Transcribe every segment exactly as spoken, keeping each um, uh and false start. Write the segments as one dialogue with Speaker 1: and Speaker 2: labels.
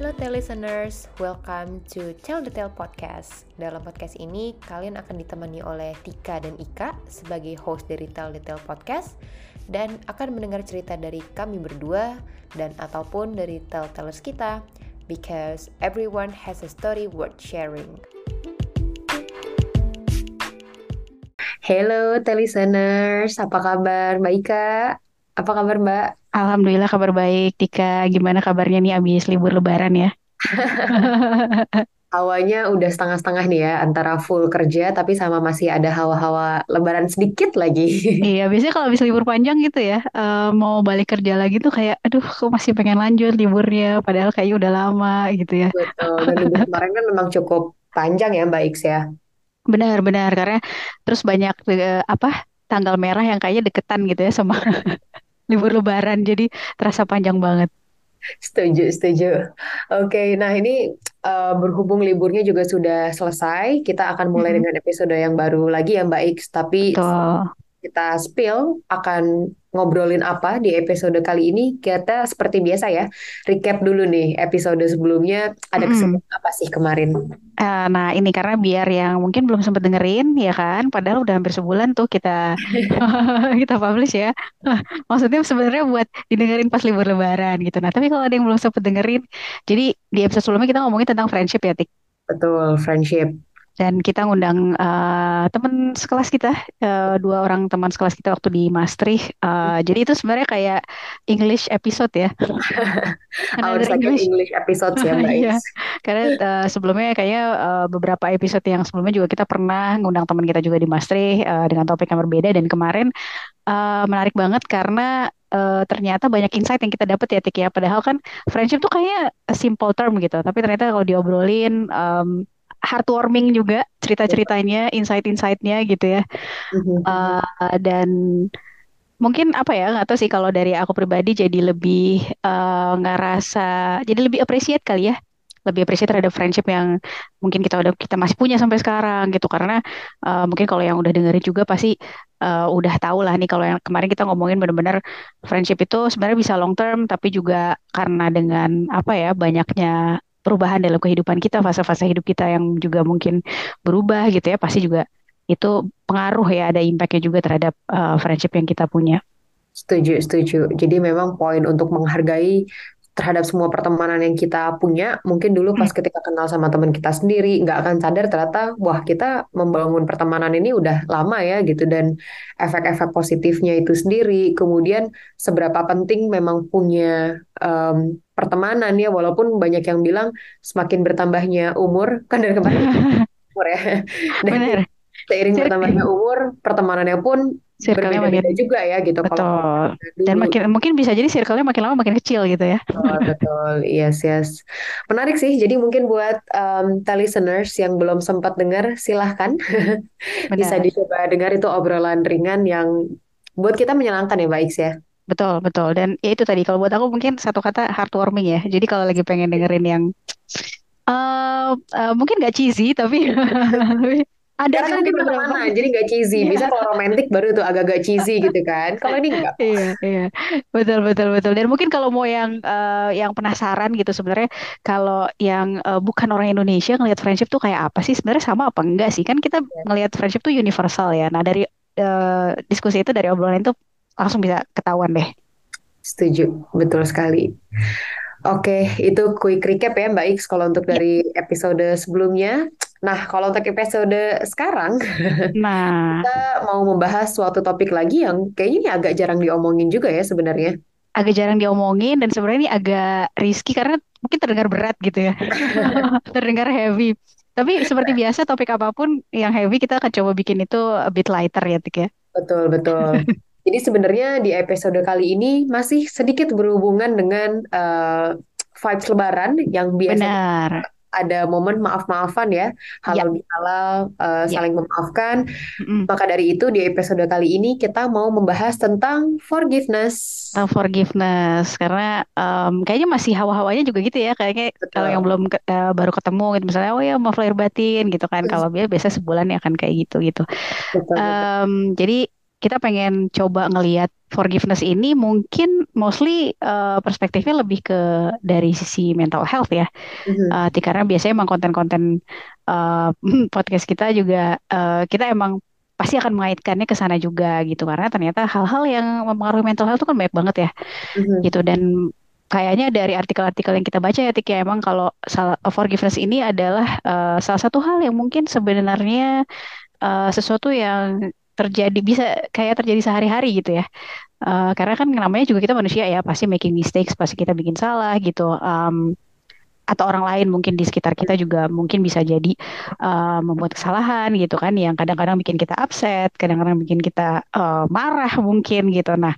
Speaker 1: Hello listeners, welcome to Tell the Tale Podcast. Dalam podcast ini, kalian akan ditemani oleh Tika dan Ika sebagai host dari Tell the Tale Podcast dan akan mendengar cerita dari kami berdua dan ataupun dari tell-tellers kita, because everyone has a story worth sharing. Hello listeners, apa kabar Mbak Ika? Apa kabar Mbak?
Speaker 2: Alhamdulillah kabar baik, Tika. Gimana kabarnya nih abis libur lebaran ya?
Speaker 1: Hawanya udah setengah-setengah nih ya, antara full kerja tapi sama masih ada hawa-hawa lebaran sedikit lagi.
Speaker 2: Iya, biasanya kalau abis libur panjang gitu ya, eh, mau balik kerja lagi tuh kayak, aduh, kok masih pengen lanjut liburnya, padahal kayaknya udah lama gitu ya.
Speaker 1: Betul, dan libur kemarin kan memang cukup panjang ya Mbak Iks ya.
Speaker 2: Benar-benar, karena terus banyak eh, apa tanggal merah yang kayaknya deketan gitu ya sama libur lebaran, jadi terasa panjang banget.
Speaker 1: Setuju, setuju. Oke, nah ini eh, berhubung liburnya juga sudah selesai, kita akan mulai
Speaker 2: Mm-mm,
Speaker 1: dengan episode yang baru lagi ya Mbak Iks. Tapi
Speaker 2: betul.
Speaker 1: kita spill akan ngobrolin apa di episode kali ini, kita seperti biasa ya, recap dulu nih episode sebelumnya ada
Speaker 2: Mm-mm.
Speaker 1: kesibukan apa sih kemarin.
Speaker 2: Eh, nah ini karena biar yang mungkin belum sempat dengerin ya kan, padahal udah hampir sebulan tuh kita kita publish ya. Maksudnya sebenarnya buat didengerin pas libur Lebaran gitu. Nah tapi kalau ada yang belum sempat dengerin, jadi di episode sebelumnya kita ngomongin tentang friendship ya, Tik.
Speaker 1: Betul, friendship.
Speaker 2: Dan kita ngundang eh, teman sekelas kita, eh, dua orang teman sekelas kita waktu di Maastricht. Eh, jadi itu sebenarnya kayak English episode ya,
Speaker 1: Our
Speaker 2: another
Speaker 1: second
Speaker 2: English.
Speaker 1: English episode ya Mbak
Speaker 2: Iya,
Speaker 1: Iks.
Speaker 2: karena eh, sebelumnya kayaknya eh, beberapa episode yang sebelumnya juga kita pernah ngundang teman kita juga di Maastricht eh, dengan topik yang berbeda, dan kemarin eh, menarik banget karena eh, ternyata banyak insight yang kita dapat ya, Tik ya. Padahal kan friendship tuh kayaknya a simple term gitu, tapi ternyata kalau diobrolin em, heartwarming juga cerita-ceritanya, insight-insightnya gitu ya.
Speaker 1: Mhm.
Speaker 2: Eh, dan mungkin apa ya, nggak tahu sih, kalau dari aku pribadi jadi lebih eh, ngerasa, jadi lebih appreciate kali ya, lebih appreciate terhadap friendship yang mungkin kita udah kita masih punya sampai sekarang gitu, karena eh, mungkin kalau yang udah dengerin juga pasti eh, udah tahu lah nih, kalau yang kemarin kita ngomongin benar-benar friendship itu sebenarnya bisa long term, tapi juga karena dengan apa ya, banyaknya perubahan dalam kehidupan kita, fase-fase hidup kita yang juga mungkin berubah gitu ya, pasti juga itu pengaruh ya, ada impactnya juga terhadap eh, friendship yang kita punya.
Speaker 1: Setuju, setuju. Jadi memang poin untuk menghargai terhadap semua pertemanan yang kita punya, mungkin dulu
Speaker 2: Hmm.
Speaker 1: pas ketika kenal sama teman kita sendiri, nggak akan sadar ternyata, wah kita membangun pertemanan ini udah lama ya gitu, dan efek-efek positifnya itu sendiri. Kemudian seberapa penting memang punya em, pertemanan ya, walaupun banyak yang bilang semakin bertambahnya umur, kan dari kemarin umur ya, dan
Speaker 2: Bener,
Speaker 1: seiring bertambahnya
Speaker 2: Cir-
Speaker 1: umur, pertemanannya pun
Speaker 2: circle-nya makin
Speaker 1: berbeda-beda juga ya gitu. Kalau
Speaker 2: betul, dan
Speaker 1: dulu.
Speaker 2: makin mungkin bisa jadi circle-nya makin lama makin kecil gitu ya.
Speaker 1: Betul, betul. Yes, yes. Menarik sih. Jadi mungkin buat um, listeners yang belum sempat dengar, silahkan bisa
Speaker 2: Benar,
Speaker 1: dicoba dengar, itu obrolan ringan yang buat kita menyenangkan ya, Mbak Iks ya.
Speaker 2: betul, betul. Dan ya itu tadi, kalau buat aku mungkin satu kata, heartwarming ya. Jadi kalau lagi pengen dengerin yang eh eh, mungkin gak cheesy, tapi tapi ada
Speaker 1: Karena
Speaker 2: sih
Speaker 1: kan ini
Speaker 2: mungkin beberapa.
Speaker 1: pertemanan, jadi nggak cheesy.
Speaker 2: Iya,
Speaker 1: Bisa kalau romantis baru tuh agak-agak cheesy gitu kan. Kalau ini nggak kok.
Speaker 2: iya, iya, betul, betul, betul. Dan mungkin kalau mau yang eh, yang penasaran gitu sebenarnya, kalau yang eh, bukan orang Indonesia ngelihat friendship tuh kayak apa sih? Sebenarnya sama apa enggak sih? Kan kita ngelihat friendship tuh universal ya. Nah dari eh, diskusi itu, dari obrolan itu langsung bisa ketahuan deh.
Speaker 1: Setuju, betul sekali. Oke, itu quick recap ya Mbak Iks kalau untuk
Speaker 2: Ya,
Speaker 1: dari episode sebelumnya. Nah, kalau untuk episode sekarang,
Speaker 2: nah
Speaker 1: kita mau membahas suatu topik lagi yang kayaknya ini agak jarang diomongin juga ya sebenarnya.
Speaker 2: agak jarang diomongin, dan sebenarnya ini agak risky karena mungkin terdengar berat gitu ya, terdengar heavy. Tapi seperti biasa, topik apapun yang heavy kita akan coba bikin itu a bit lighter ya, Tik ya.
Speaker 1: Betul, betul. Jadi sebenarnya di episode kali ini masih sedikit berhubungan dengan eh, vibes Lebaran yang biasanya
Speaker 2: Benar.
Speaker 1: ada momen maaf-maafan ya,
Speaker 2: Ya,
Speaker 1: halal bihalal, eh,
Speaker 2: ya.
Speaker 1: saling memaafkan.
Speaker 2: Mm-mm.
Speaker 1: Maka dari itu di episode kali ini kita mau membahas tentang forgiveness.
Speaker 2: Tentang forgiveness, karena em, kayaknya masih hawa-hawanya juga gitu ya, kayaknya kalau yang
Speaker 1: Betul.
Speaker 2: belum ke- eh, baru ketemu gitu misalnya, oh ya maaf lahir batin gitu kan, kalau dia biasa sebulan ya kan kayak gitu gitu.
Speaker 1: Betul, betul.
Speaker 2: Em, jadi kita pengen coba ngelihat forgiveness ini mungkin mostly eh, perspektifnya lebih ke dari sisi mental health ya.
Speaker 1: Mhm.
Speaker 2: Eh, ti- karena biasanya emang konten-konten eh, podcast kita juga eh, kita emang pasti akan mengaitkannya ke sana juga gitu karena ternyata hal-hal yang mempengaruhi mental health itu kan banyak banget ya
Speaker 1: Mhm.
Speaker 2: gitu dan kayaknya dari artikel-artikel yang kita baca ya Tik ya emang kalau salah, forgiveness ini adalah eh, salah satu hal yang mungkin sebenarnya eh, sesuatu yang terjadi bisa kayak terjadi sehari-hari gitu ya. Eh, karena kan namanya juga kita manusia ya pasti making mistakes pasti kita bikin salah gitu. Em, atau orang lain mungkin di sekitar kita juga mungkin bisa jadi eh, membuat kesalahan gitu kan yang kadang-kadang bikin kita upset, kadang-kadang bikin kita eh, marah mungkin gitu. Nah,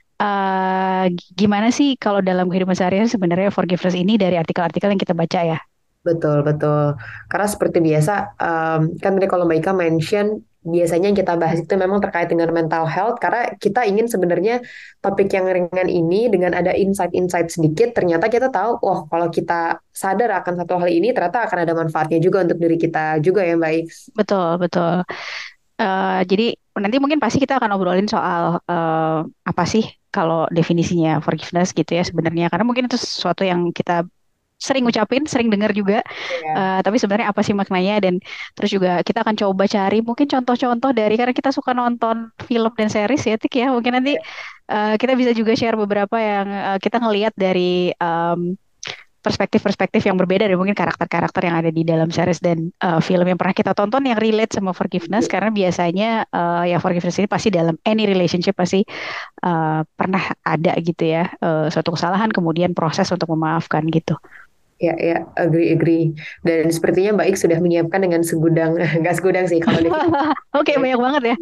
Speaker 2: eh, gimana sih kalau dalam kehidupan sehari-hari sebenarnya forgiveness ini dari artikel-artikel yang kita baca ya?
Speaker 1: Betul, betul. Karena seperti biasa, em, kan tadi kalau Mbak Ika mention, biasanya yang kita bahas itu memang terkait dengan mental health, karena kita ingin sebenarnya topik yang ringan ini dengan ada insight-insight sedikit, ternyata kita tahu, oh kalau kita sadar akan satu hal ini, ternyata akan ada manfaatnya juga untuk diri kita juga ya, Mbak Ik.
Speaker 2: Betul, betul. Eh, jadi nanti mungkin pasti kita akan obrolin soal eh, apa sih kalau definisinya forgiveness gitu ya sebenarnya karena mungkin itu sesuatu yang kita sering ucapin, sering dengar juga.
Speaker 1: Iya.
Speaker 2: Eh, tapi sebenarnya apa sih maknanya dan terus juga kita akan coba cari mungkin contoh-contoh dari karena kita suka nonton film dan series ya Tik ya. Mungkin nanti eh, kita bisa juga share beberapa yang eh, kita ngelihat dari em, perspektif-perspektif yang berbeda dari mungkin karakter-karakter yang ada di dalam series dan uh, film yang pernah kita tonton yang relate sama forgiveness karena biasanya uh, ya forgiveness ini pasti dalam any relationship pasti uh, pernah ada gitu ya uh, suatu kesalahan kemudian proses untuk memaafkan gitu.
Speaker 1: Ya, ya, agree, agree. Dan sepertinya Mbak Ik sudah menyiapkan dengan segudang, nggak segudang sih kalau definisi.
Speaker 2: Oke, banyak banget ya.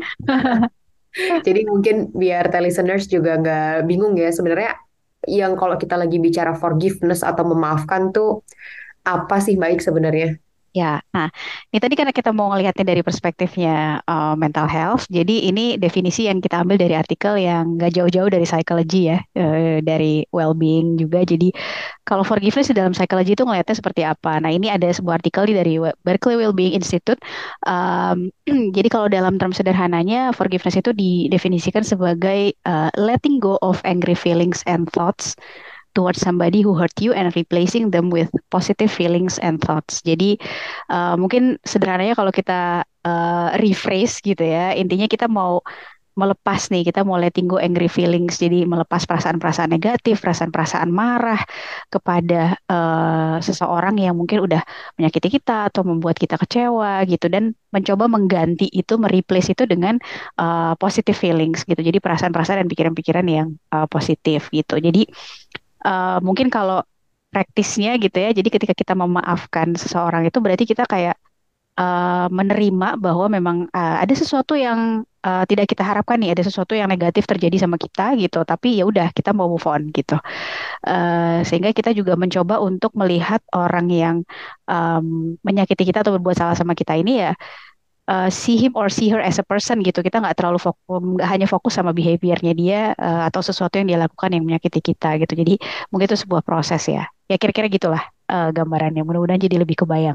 Speaker 1: Jadi mungkin biar listeners juga nggak bingung ya, sebenarnya yang kalau kita lagi bicara forgiveness atau memaafkan tuh apa sih baik sebenarnya?
Speaker 2: Ya, nah ini tadi karena kita mau ngelihatnya dari perspektifnya uh, mental health, jadi ini definisi yang kita ambil dari artikel yang nggak jauh-jauh dari psychology ya, eh, dari well-being juga. Jadi kalau forgiveness di dalam psychology itu ngelihatnya seperti apa? Nah ini ada sebuah artikel di dari We- Berkeley Wellbeing Institute. Um, jadi kalau dalam term sederhananya, forgiveness itu didefinisikan sebagai uh, letting go of angry feelings and thoughts towards somebody who hurt you and replacing them with positive feelings and thoughts. Jadi uh, mungkin sederhananya kalau kita uh, rephrase gitu ya, intinya kita mau melepas nih, kita mau letting go angry feelings, jadi melepas perasaan-perasaan negatif, perasaan-perasaan marah kepada uh, seseorang yang mungkin udah menyakiti kita atau membuat kita kecewa gitu, dan mencoba mengganti itu, mereplace itu dengan uh, positive feelings gitu. Jadi perasaan-perasaan dan pikiran-pikiran yang uh, positif gitu. Jadi eh, mungkin kalau praktisnya gitu ya, jadi ketika kita memaafkan seseorang itu berarti kita kayak eh, menerima bahwa memang eh, ada sesuatu yang eh, tidak kita harapkan nih, ada sesuatu yang negatif terjadi sama kita gitu, tapi ya udah kita mau move on gitu. Eh, sehingga kita juga mencoba untuk melihat orang yang em, menyakiti kita atau berbuat salah sama kita ini ya uh, see him or see her as a person gitu. Kita nggak terlalu fokus, nggak hanya fokus sama behaviornya dia uh, atau sesuatu yang dia lakukan yang menyakiti kita gitu. Jadi mungkin itu sebuah proses ya. Ya kira-kira gitulah uh, gambarannya. Mudah-mudahan jadi lebih kebayang.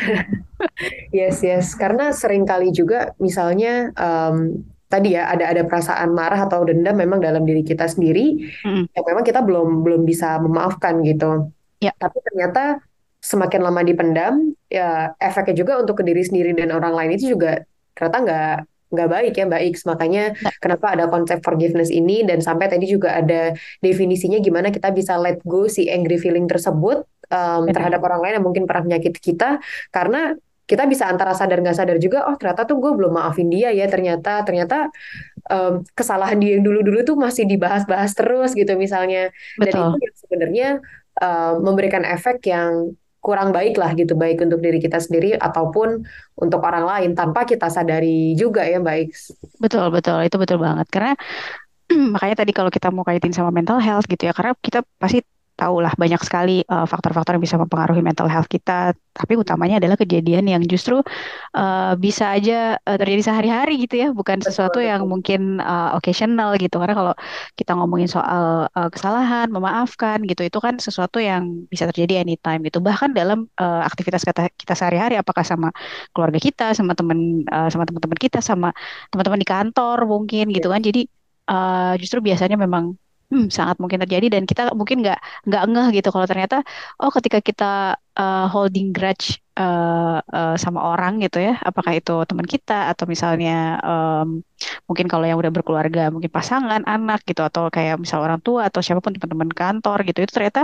Speaker 1: Yes, yes. Karena sering kali juga misalnya em, tadi ya ada ada perasaan marah atau dendam memang dalam diri kita sendiri
Speaker 2: Mm-mm.
Speaker 1: yang memang kita belum belum bisa memaafkan gitu.
Speaker 2: Ya,
Speaker 1: Tapi ternyata semakin lama dipendam, ya efeknya juga untuk ke diri sendiri dan orang lain itu juga ternyata nggak nggak baik ya Mbak Iks. Makanya
Speaker 2: nggak,
Speaker 1: kenapa ada konsep forgiveness ini dan sampai tadi juga ada definisinya gimana kita bisa let go si angry feeling tersebut em,
Speaker 2: benar.
Speaker 1: terhadap orang lain yang mungkin pernah menyakiti kita karena kita bisa antara sadar nggak sadar juga, oh ternyata tuh gue belum maafin dia ya, ternyata ternyata em, kesalahan dia yang dulu-dulu tuh masih dibahas-bahas terus gitu misalnya, dan itu
Speaker 2: Betul.
Speaker 1: yang sebenarnya em, memberikan efek yang kurang baik lah gitu, baik untuk diri kita sendiri ataupun untuk orang lain tanpa kita sadari juga ya baik.
Speaker 2: Betul, betul. Itu betul banget. Karena makanya tadi kalau kita mau kaitin sama mental health gitu ya, karena kita pasti tahu lah banyak sekali uh, faktor-faktor yang bisa mempengaruhi mental health kita. Tapi utamanya adalah kejadian yang justru uh, bisa aja uh, terjadi sehari-hari gitu ya, bukan
Speaker 1: Betul,
Speaker 2: sesuatu yang
Speaker 1: betul.
Speaker 2: mungkin uh, occasional gitu. Karena kalau kita ngomongin soal uh, kesalahan, memaafkan gitu, itu kan sesuatu yang bisa terjadi anytime gitu. Bahkan dalam uh, aktivitas kita, kita sehari-hari, apakah sama keluarga kita, sama teman uh, sama teman-teman kita, sama teman-teman di kantor mungkin gitu kan.
Speaker 1: Yes.
Speaker 2: Jadi uh, justru biasanya memang hmm, sangat mungkin terjadi dan kita mungkin nggak nggak ngeh gitu kalau ternyata oh ketika kita uh, holding grudge uh, uh, sama orang gitu ya, apakah itu teman kita atau misalnya um, mungkin kalau yang udah berkeluarga mungkin pasangan, anak gitu atau kayak misal orang tua atau siapapun teman-teman kantor gitu itu ternyata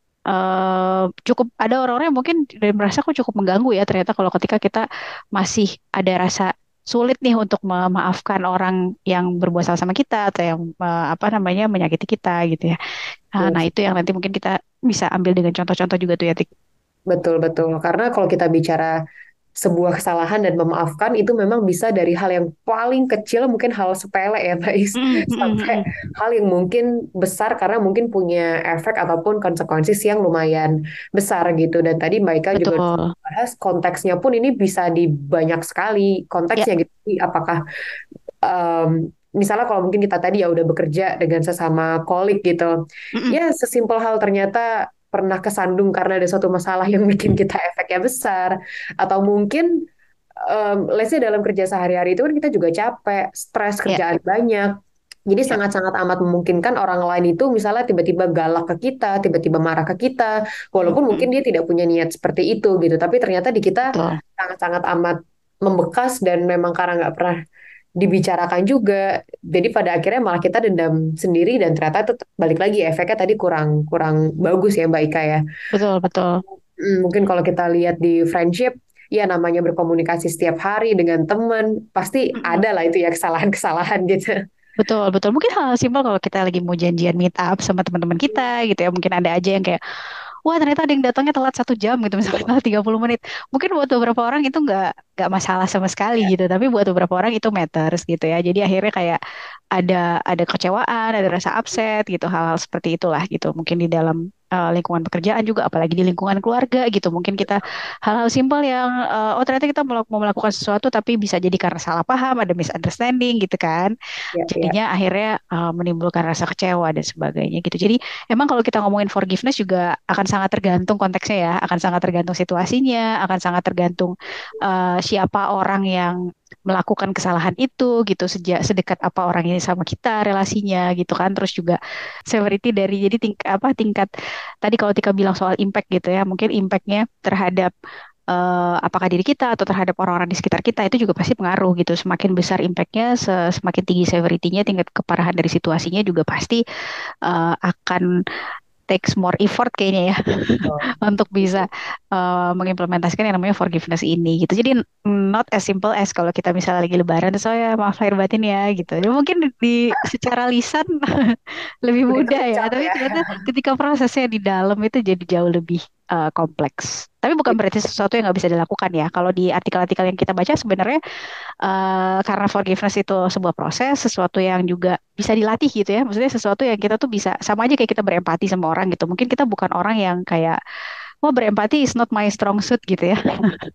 Speaker 2: eh, cukup ada orang-orang yang mungkin dan merasa kok cukup mengganggu ya ternyata kalau ketika kita masih ada rasa sulit nih untuk memaafkan orang yang berbuat salah sama kita atau yang eh, apa namanya menyakiti kita gitu ya. Ah, Nah,
Speaker 1: Yes.
Speaker 2: itu yang nanti mungkin kita bisa ambil dengan contoh-contoh juga tuh ya, Tik.
Speaker 1: Betul, betul. Karena kalau kita bicara sebuah kesalahan dan memaafkan itu memang bisa dari hal yang paling kecil, mungkin hal sepele ya, Mbak Is,
Speaker 2: Mm, mm, mm,
Speaker 1: sampai
Speaker 2: mm.
Speaker 1: hal yang mungkin besar karena mungkin punya efek ataupun konsekuensi yang lumayan besar gitu. Dan tadi Mbak Ika juga
Speaker 2: Betul.
Speaker 1: bahas konteksnya pun ini bisa di banyak sekali
Speaker 2: Ya.
Speaker 1: konteksnya gitu. Jadi, apakah em, misalnya kalau mungkin kita tadi ya udah bekerja dengan sesama kolik gitu,
Speaker 2: Mm, mm.
Speaker 1: ya sesimpel hal ternyata pernah kesandung karena ada suatu masalah yang bikin kita efeknya besar, atau mungkin em, let's say dalam kerja sehari-hari itu kan kita juga capek, stres
Speaker 2: Ya.
Speaker 1: kerjaan banyak. Jadi
Speaker 2: Ya.
Speaker 1: sangat-sangat amat memungkinkan orang lain itu misalnya tiba-tiba galak ke kita, tiba-tiba marah ke kita,
Speaker 2: Mm,
Speaker 1: walaupun mungkin
Speaker 2: mm.
Speaker 1: dia tidak punya niat seperti itu gitu, tapi ternyata di kita
Speaker 2: Betul.
Speaker 1: sangat-sangat amat membekas dan memang karena nggak pernah dibicarakan juga. Jadi pada akhirnya malah kita dendam sendiri dan ternyata itu balik lagi efeknya tadi kurang kurang bagus ya Mbak Ika ya.
Speaker 2: Betul, betul.
Speaker 1: Hmm, Mungkin kalau kita lihat di friendship, ya namanya berkomunikasi setiap hari dengan teman, pasti
Speaker 2: Mm, mm.
Speaker 1: ada lah itu ya kesalahan-kesalahan gitu.
Speaker 2: Betul, betul. Mungkin hal simpel kalau kita lagi mau janjian meet up sama teman-teman kita gitu ya. Mungkin ada aja yang kayak wah ternyata ada yang datangnya telat satu jam gitu misalnya telat tiga puluh menit mungkin buat beberapa orang itu nggak nggak masalah sama sekali
Speaker 1: Ya.
Speaker 2: gitu tapi buat beberapa orang itu matters gitu ya jadi akhirnya kayak ada ada kecewaan ada rasa upset gitu hal-hal seperti itulah gitu mungkin di dalam eh, lingkungan pekerjaan juga apalagi di lingkungan keluarga gitu mungkin kita hal-hal simpel yang eh, oh ternyata kita melak- mau melakukan sesuatu tapi bisa jadi karena salah paham ada misunderstanding gitu kan
Speaker 1: Ya, ya.
Speaker 2: jadinya akhirnya eh, menimbulkan rasa kecewa dan sebagainya gitu jadi emang kalau kita ngomongin forgiveness juga akan sangat tergantung konteksnya ya, akan sangat tergantung situasinya, akan sangat tergantung eh, siapa orang yang melakukan kesalahan itu gitu, sejak sedekat apa orang ini sama kita relasinya gitu kan, terus juga severity dari jadi tingkat apa tingkat tadi kalau Tika bilang soal impact gitu ya, mungkin impactnya terhadap eh, apakah diri kita atau terhadap orang-orang di sekitar kita itu juga pasti pengaruh gitu. Semakin besar impactnya, se- semakin tinggi severity-nya, tingkat keparahan dari situasinya juga pasti eh, akan takes more effort kayaknya ya
Speaker 1: Betul.
Speaker 2: untuk bisa eh, mengimplementasikan yang namanya forgiveness ini gitu. Jadi not as simple as kalau kita misalnya lagi lebaran terus oh ya maaf lahir batin ya gitu. Ya, mungkin di secara lisan lebih
Speaker 1: Udah
Speaker 2: mudah ya,
Speaker 1: terucap
Speaker 2: tapi
Speaker 1: ya.
Speaker 2: ternyata ketika prosesnya di dalam itu jadi jauh lebih eh, kompleks. Tapi bukan berarti sesuatu yang nggak bisa dilakukan ya. Kalau di artikel-artikel yang kita baca sebenarnya eh, karena forgiveness itu sebuah proses, sesuatu yang juga bisa dilatih gitu ya. Maksudnya sesuatu yang kita tuh bisa sama aja kayak kita berempati sama orang gitu. Mungkin kita bukan orang yang kayak wah berempati is not my strong suit gitu ya.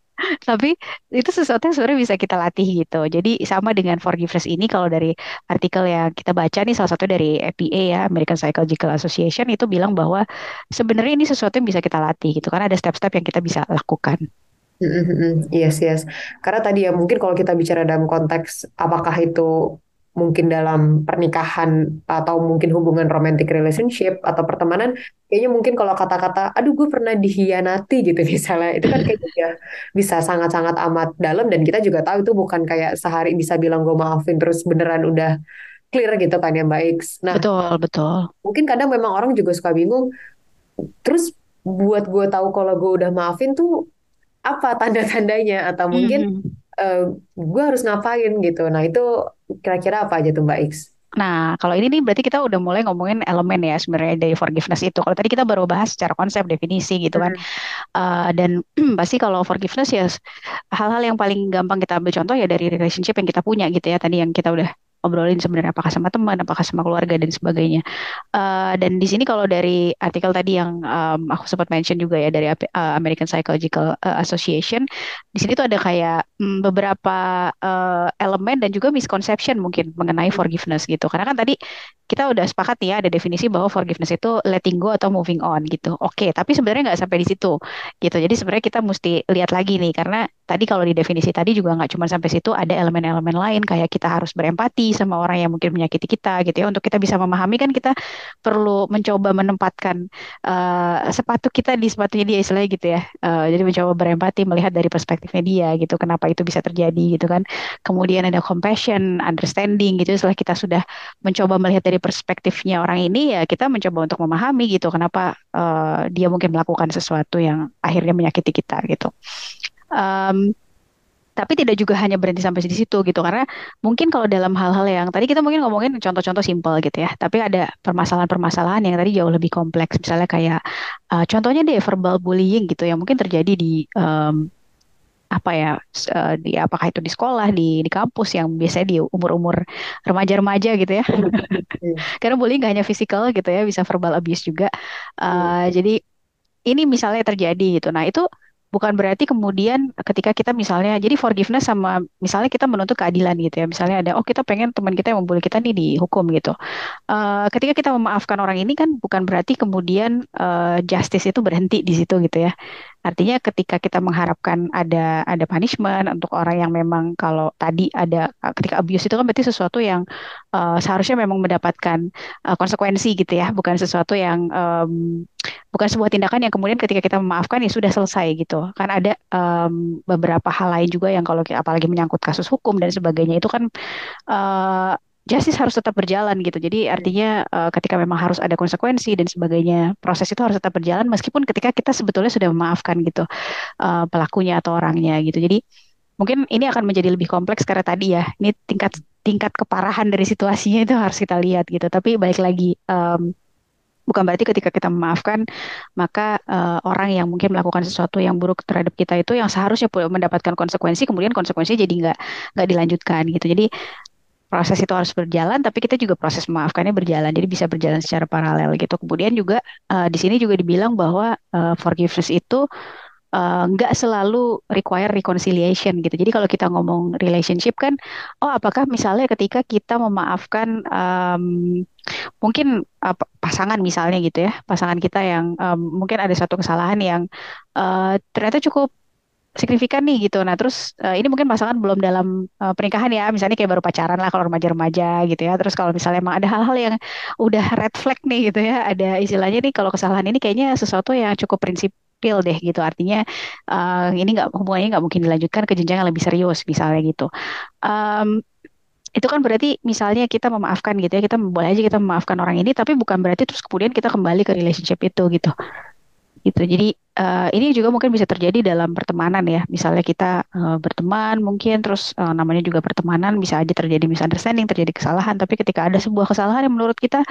Speaker 2: Tapi itu sesuatu yang sebenarnya bisa kita latih gitu. Jadi sama dengan forgiveness ini kalau dari artikel yang kita baca nih salah satu dari A P A ya, American Psychological Association itu bilang bahwa sebenarnya ini sesuatu yang bisa kita latih gitu. Karena ada step-step yang kita bisa lakukan.
Speaker 1: Mm, mm, mm. Yes, yes. Karena tadi ya mungkin kalau kita bicara dalam konteks apakah itu mungkin dalam pernikahan atau mungkin hubungan romantic relationship atau pertemanan, kayaknya mungkin kalau kata-kata, aduh gue pernah dikhianati gitu misalnya, itu kan kayak juga bisa sangat-sangat amat dalam dan kita juga tahu itu bukan kayak sehari bisa bilang gue maafin terus beneran udah clear gitu kan ya Mbak X. Nah,
Speaker 2: Betul, betul.
Speaker 1: mungkin kadang memang orang juga suka bingung, terus buat gue tahu kalau gue udah maafin tuh apa tanda-tandanya atau mungkin
Speaker 2: Mhm.
Speaker 1: eh, gue harus ngapain gitu. Nah itu kira-kira apa aja tuh Mbak X?
Speaker 2: Nah, kalau ini nih berarti kita udah mulai ngomongin elemen ya sebenarnya dari forgiveness itu. Kalau tadi kita baru bahas secara konsep definisi gitu kan.
Speaker 1: Hmm.
Speaker 2: Eh, dan pasti kalau forgiveness ya s- hal-hal yang paling gampang kita ambil contoh ya dari relationship yang kita punya gitu ya. Tadi yang kita udah obrolin sebenarnya, apakah sama teman, apakah sama keluarga dan sebagainya. Eh, dan di sini kalau dari artikel tadi yang em, aku sempat mention juga ya dari Ap- eh, American Psychological eh, Association, di sini tuh ada kayak mm, beberapa eh, elemen dan juga misconception mungkin mengenai forgiveness gitu. Karena kan tadi kita udah sepakat nih ya ada definisi bahwa forgiveness itu letting go atau moving on gitu. Oke, tapi sebenarnya nggak sampai di situ gitu. Jadi sebenarnya kita mesti lihat lagi nih karena tadi kalau di definisi tadi juga nggak cuma sampai situ, ada elemen-elemen lain kayak kita harus berempati sama orang yang mungkin menyakiti kita gitu ya. Untuk kita bisa memahami kan kita perlu mencoba menempatkan eh, sepatu kita di sepatunya dia istilahnya gitu ya. Eh, jadi mencoba berempati melihat dari perspektifnya dia gitu. Kenapa itu bisa terjadi gitu kan. Kemudian ada compassion, understanding gitu. Setelah kita sudah mencoba melihat dari perspektifnya orang ini ya kita mencoba untuk memahami gitu kenapa eh, dia mungkin melakukan sesuatu yang akhirnya menyakiti kita gitu. Em, tapi tidak juga hanya berhenti sampai di situ gitu karena mungkin kalau dalam hal-hal yang tadi kita mungkin ngomongin contoh-contoh simpel gitu ya tapi ada permasalahan-permasalahan yang tadi jauh lebih kompleks misalnya kayak eh, contohnya deh verbal bullying gitu yang mungkin terjadi di em, apa ya s- eh, di apakah itu di sekolah di di kampus yang biasanya di umur-umur remaja-remaja gitu ya
Speaker 1: Hmm.
Speaker 2: karena bullying gak hanya fisikal gitu ya bisa verbal abuse juga.
Speaker 1: Hmm.
Speaker 2: Eh, jadi ini misalnya terjadi gitu. Nah, itu bukan berarti kemudian ketika kita misalnya jadi forgiveness sama misalnya kita menuntut keadilan gitu ya. Misalnya ada oh kita pengen teman kita yang membuli kita nih dihukum gitu. Eh, ketika kita memaafkan orang ini kan bukan berarti kemudian eh, justice itu berhenti di situ gitu ya. Artinya ketika kita mengharapkan ada ada punishment untuk orang yang memang kalau tadi ada ketika abuse itu kan berarti sesuatu yang eh, seharusnya memang mendapatkan eh, konsekuensi gitu ya, bukan sesuatu yang em, bukan sebuah tindakan yang kemudian ketika kita memaafkan ya sudah selesai gitu. Kan ada em, beberapa hal lain juga yang kalau ki- apalagi menyangkut kasus hukum dan sebagainya itu kan eh, justice harus tetap berjalan gitu. Jadi artinya eh, ketika memang harus ada konsekuensi dan sebagainya, proses itu harus tetap berjalan meskipun ketika kita sebetulnya sudah memaafkan gitu eh, pelakunya atau orangnya gitu. Jadi mungkin ini akan menjadi lebih kompleks karena tadi ya, ini tingkat tingkat keparahan dari situasinya itu harus kita lihat gitu. Tapi balik lagi, em, bukan berarti ketika kita memaafkan, maka eh, orang yang mungkin melakukan sesuatu yang buruk terhadap kita itu yang seharusnya pu- mendapatkan konsekuensi, kemudian konsekuensinya jadi nggak nggak dilanjutkan gitu. Jadi proses itu harus berjalan, tapi kita juga proses memaafkannya berjalan. Jadi bisa berjalan secara paralel gitu. Kemudian juga eh, di sini juga dibilang bahwa eh, forgiveness itu eh, nggak selalu require reconciliation gitu. Jadi kalau kita ngomong relationship kan, oh apakah misalnya ketika kita memaafkan em, mungkin apa, pasangan misalnya gitu ya, pasangan kita yang em, mungkin ada satu kesalahan yang eh, ternyata cukup signifikan nih gitu. Nah, terus eh, ini mungkin pasangan belum dalam eh, pernikahan ya, misalnya kayak baru pacaran lah kalau remaja-remaja gitu ya. Terus kalau misalnya emang ada hal-hal yang udah red flag nih gitu ya, ada istilahnya nih kalau kesalahan ini kayaknya sesuatu yang cukup prinsipil deh gitu. Artinya eh, ini nggak hubungannya nggak mungkin dilanjutkan ke jenjang yang lebih serius misalnya gitu. Em, itu kan berarti misalnya kita memaafkan gitu ya, kita boleh aja kita memaafkan orang ini, tapi bukan berarti terus kemudian kita kembali ke relationship itu gitu gitu. Jadi eh, ini juga mungkin bisa terjadi dalam pertemanan ya. Misalnya kita eh, berteman mungkin terus eh, namanya juga pertemanan bisa aja terjadi misunderstanding, terjadi kesalahan. Tapi ketika ada sebuah kesalahan yang menurut kita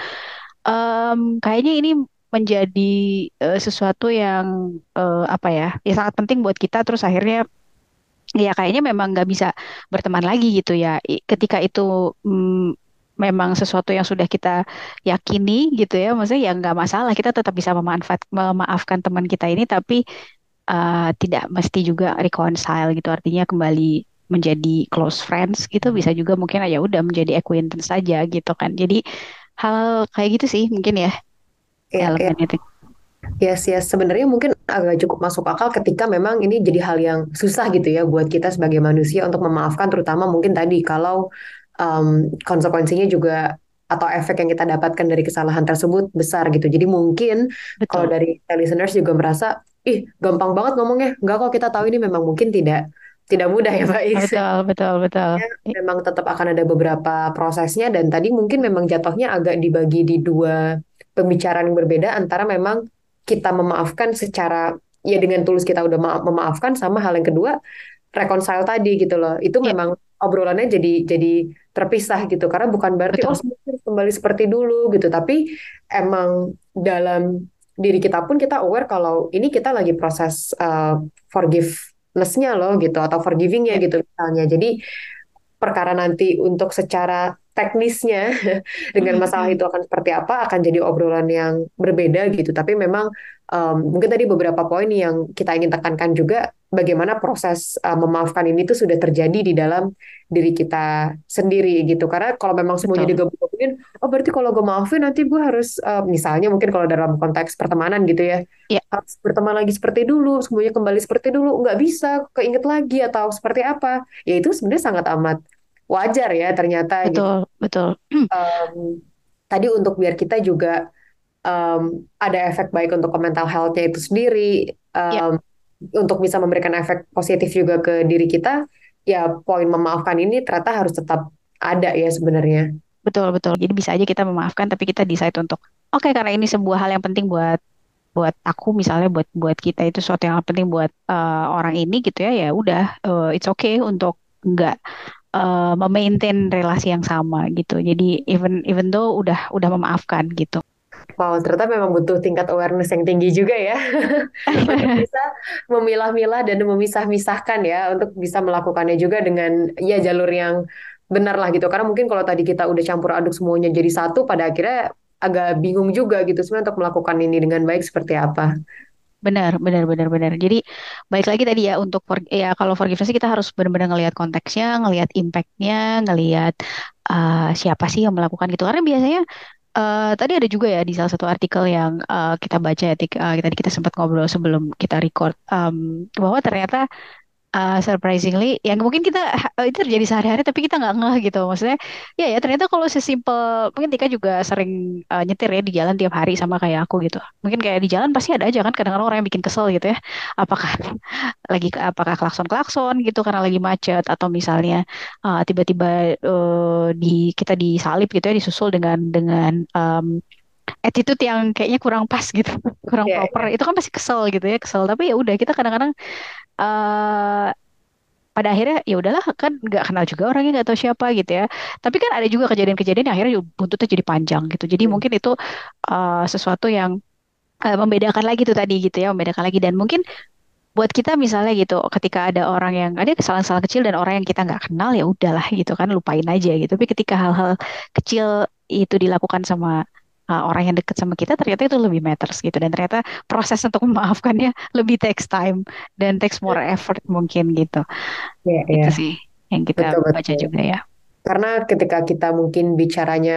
Speaker 2: em, kayaknya ini menjadi eh, sesuatu yang eh, apa ya, ya sangat penting buat kita. Terus akhirnya ya kayaknya memang nggak bisa berteman lagi gitu ya. I- Ketika itu mm, memang sesuatu yang sudah kita yakini gitu ya, maksudnya ya nggak masalah kita tetap bisa memanfaat memaafkan teman kita ini, tapi uh, tidak mesti juga reconcile gitu. Artinya kembali menjadi close friends gitu bisa juga mungkin ya udah menjadi acquaintance saja gitu kan. Jadi hal kayak gitu sih mungkin ya
Speaker 1: Ya, ya.
Speaker 2: elemen itu.
Speaker 1: Yes, yes. Sebenarnya mungkin agak cukup masuk akal ketika memang ini jadi hal yang susah gitu ya buat kita sebagai manusia untuk memaafkan, terutama mungkin tadi kalau um, konsekuensinya juga atau efek yang kita dapatkan dari kesalahan tersebut besar gitu. Jadi mungkin kalau
Speaker 2: Betul.
Speaker 1: dari listeners juga merasa, ih gampang banget ngomongnya. Enggak kok kita tahu ini memang mungkin tidak tidak mudah ya Mbak Is.
Speaker 2: Betul, betul, betul.
Speaker 1: Ya, memang tetap akan ada beberapa prosesnya dan tadi mungkin memang jatuhnya agak dibagi di dua pembicaraan yang berbeda antara memang kita memaafkan secara ya dengan tulus kita udah ma- memaafkan sama hal yang kedua reconcile tadi gitu loh. Itu
Speaker 2: Ya,
Speaker 1: memang obrolannya jadi jadi terpisah gitu karena bukan berarti oh
Speaker 2: betul.
Speaker 1: semuanya harus kembali seperti dulu gitu tapi emang dalam diri kita pun kita aware kalau ini kita lagi proses uh, forgiveness-nya loh gitu atau forgiving-nya
Speaker 2: Ya,
Speaker 1: gitu misalnya. Jadi perkara nanti untuk secara teknisnya dengan masalah
Speaker 2: Mm-mm.
Speaker 1: itu akan seperti apa akan jadi obrolan yang berbeda gitu. Tapi memang um, mungkin tadi beberapa poin yang kita ingin tekankan juga bagaimana proses uh, memaafkan ini tuh sudah terjadi di dalam diri kita sendiri gitu. Karena kalau memang semuanya
Speaker 2: Betul.
Speaker 1: digabung-gabungin, oh berarti kalau gue maafin nanti gue harus uh, misalnya mungkin kalau dalam konteks pertemanan gitu ya
Speaker 2: Ya,
Speaker 1: harus berteman lagi seperti dulu, semuanya kembali seperti dulu, nggak bisa keinget lagi atau seperti apa. Ya itu sebenarnya sangat amat wajar ya ternyata gitu.
Speaker 2: betul, betul.
Speaker 1: Em, Tadi untuk biar kita juga em, ada efek baik untuk ke mental health-nya itu sendiri,
Speaker 2: Ya,
Speaker 1: em, untuk bisa memberikan efek positif juga ke diri kita, ya poin memaafkan ini ternyata harus tetap ada ya sebenarnya.
Speaker 2: betul, betul. Jadi bisa aja kita memaafkan, tapi kita decide untuk, oke, karena ini sebuah hal yang penting buat buat aku misalnya, buat buat kita itu sesuatu yang penting buat eh, orang ini gitu ya, ya udah, eh, it's okay untuk nggak eh, memaintain relasi yang sama gitu. Jadi even even though udah udah memaafkan gitu.
Speaker 1: Wow, ternyata memang butuh tingkat awareness yang tinggi juga ya untuk bisa memilah-milah dan memisah-misahkan ya, untuk bisa melakukannya juga dengan ya jalur yang benar lah gitu. Karena mungkin kalau tadi kita udah campur aduk semuanya jadi satu, pada akhirnya agak bingung juga gitu sebenarnya untuk melakukan ini dengan baik seperti apa.
Speaker 2: Benar, benar, benar, benar. Jadi baik lagi tadi ya untuk for- ya kalau forgiveness kita harus benar-benar ngelihat konteksnya, ngelihat impactnya, ngelihat uh, siapa sih yang melakukan gitu. Karena biasanya uh, tadi ada juga ya di salah satu artikel yang uh, kita baca ya, tik- uh, tadi kita sempat ngobrol sebelum kita record, um, bahwa ternyata uh, surprisingly yang mungkin kita uh, itu terjadi sehari-hari tapi kita nggak ngeh gitu, maksudnya ya ya ternyata kalau sesimpel mungkin Tika juga sering uh, nyetir ya di jalan tiap hari sama kayak aku gitu, mungkin kayak di jalan pasti ada aja kan kadang-kadang orang yang bikin kesel gitu ya, apakah lagi apakah klakson-klakson gitu karena lagi macet, atau misalnya uh, tiba-tiba uh, di kita disalip gitu ya, disusul dengan dengan um, attitude yang kayaknya kurang pas gitu, kurang
Speaker 1: Ya,
Speaker 2: proper,
Speaker 1: ya.
Speaker 2: itu kan pasti kesel gitu ya, kesel, tapi ya udah kita kadang-kadang eh, pada akhirnya ya udahlah, kan nggak kenal juga orangnya, nggak tahu siapa gitu ya, tapi kan ada juga kejadian-kejadian yang akhirnya buntutnya jadi panjang gitu, jadi
Speaker 1: Hmm.
Speaker 2: mungkin itu eh, sesuatu yang eh, membedakan lagi tuh tadi gitu ya, membedakan lagi. Dan mungkin buat kita misalnya gitu, ketika ada orang yang ada kesalahan-kesalahan kecil dan orang yang kita nggak kenal, ya udahlah gitu kan, lupain aja gitu. Tapi ketika hal-hal kecil itu dilakukan sama uh, orang yang dekat sama kita, ternyata itu lebih matters gitu, dan ternyata proses untuk memaafkannya lebih takes time dan takes more effort mungkin gitu.
Speaker 1: Ya,
Speaker 2: Itu
Speaker 1: ya.
Speaker 2: sih yang kita
Speaker 1: Betul,
Speaker 2: baca
Speaker 1: betul.
Speaker 2: juga ya.
Speaker 1: Karena ketika kita mungkin bicaranya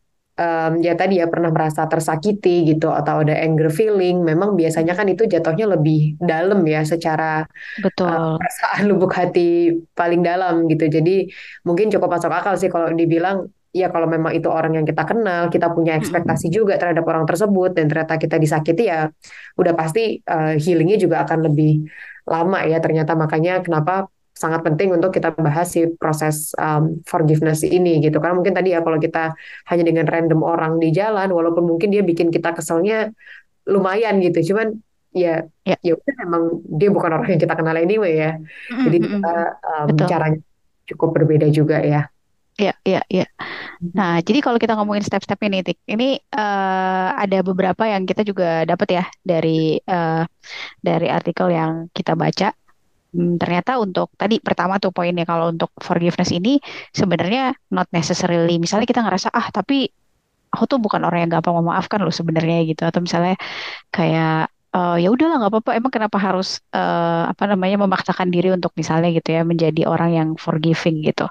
Speaker 1: em, ya tadi ya pernah merasa tersakiti gitu atau ada anger feeling, memang biasanya
Speaker 2: Mhm.
Speaker 1: kan itu jatuhnya lebih dalam ya secara uh,
Speaker 2: Betul.
Speaker 1: perasaan lubuk hati paling dalam gitu. Jadi mungkin cukup masuk akal sih kalau dibilang ya kalau memang itu orang yang kita kenal, kita punya ekspektasi
Speaker 2: Mhm.
Speaker 1: juga terhadap orang tersebut dan ternyata kita disakiti ya udah pasti uh, healingnya juga akan lebih lama ya ternyata. Makanya kenapa sangat penting untuk kita bahas si proses um, forgiveness ini gitu. Karena mungkin tadi ya kalau kita hanya dengan random orang di jalan, walaupun mungkin dia bikin kita keselnya lumayan gitu, cuman ya
Speaker 2: Ya.
Speaker 1: ya udah emang dia bukan orang yang kita kenal anyway ya.
Speaker 2: Mhm,
Speaker 1: Jadi
Speaker 2: mhm,
Speaker 1: ternyata
Speaker 2: mhm.
Speaker 1: um,
Speaker 2: Betul.
Speaker 1: caranya cukup berbeda juga ya.
Speaker 2: Ya, ya, ya. Nah, jadi kalau kita ngomongin step-step ini, Tik, ini eh, ada beberapa yang kita juga dapat ya dari eh, dari artikel yang kita baca. Hmm, ternyata untuk tadi pertama tuh poinnya, kalau untuk forgiveness ini sebenarnya not necessarily. Misalnya kita ngerasa ah tapi aku tuh bukan orang yang gampang memaafkan loh sebenarnya gitu, atau misalnya kayak eh, ya udahlah nggak apa-apa, emang kenapa harus eh, apa namanya memaksakan diri untuk misalnya gitu ya menjadi orang yang forgiving gitu.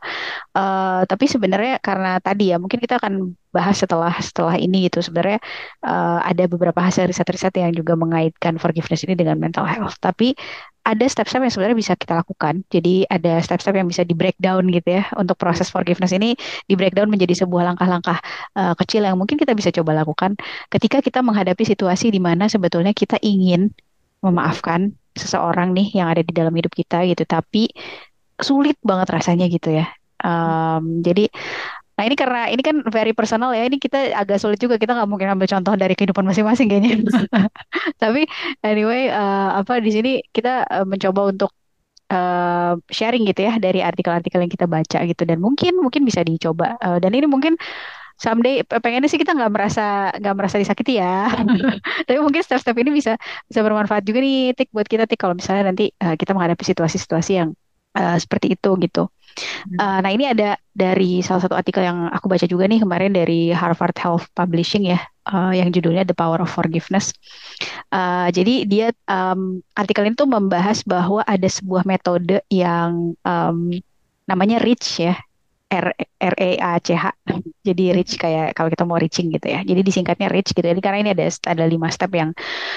Speaker 2: Eh, tapi sebenarnya karena tadi ya mungkin kita akan bahas setelah setelah ini gitu, sebenarnya eh, ada beberapa hasil riset-riset yang juga mengaitkan forgiveness ini dengan mental health. Tapi ada step-step yang sebenarnya bisa kita lakukan. Jadi ada step-step yang bisa di breakdown gitu ya, untuk proses forgiveness ini di breakdown menjadi sebuah langkah-langkah eh, kecil yang mungkin kita bisa coba lakukan ketika kita menghadapi situasi di mana sebetulnya kita ingin memaafkan seseorang nih yang ada di dalam hidup kita gitu, tapi sulit banget rasanya gitu ya. Em, jadi, nah ini karena ini kan very personal ya, ini kita agak sulit juga, kita nggak mungkin ambil contoh dari kehidupan masing-masing kayaknya. Tapi anyway, eh, apa di sini kita eh, mencoba untuk eh, sharing gitu ya dari artikel-artikel yang kita baca gitu, dan mungkin mungkin bisa dicoba. Eh, dan ini mungkin someday pe- pengennya sih kita nggak merasa nggak merasa disakiti ya. Tapi mungkin step-step ini bisa bisa bermanfaat juga nih, Tik, buat kita, Tik, kalau misalnya nanti eh, kita menghadapi situasi-situasi yang eh, seperti itu gitu. Uh, nah ini ada dari salah satu artikel yang aku baca juga nih kemarin dari Harvard Health Publishing ya, uh, yang judulnya The Power of Forgiveness. Uh, jadi dia um, artikel ini tuh membahas bahwa ada sebuah metode yang um, namanya REACH ya, R R E A C H. Jadi reach kayak kalau kita mau reaching gitu ya. Jadi disingkatnya reach gitu. Jadi karena ini ada ada lima step yang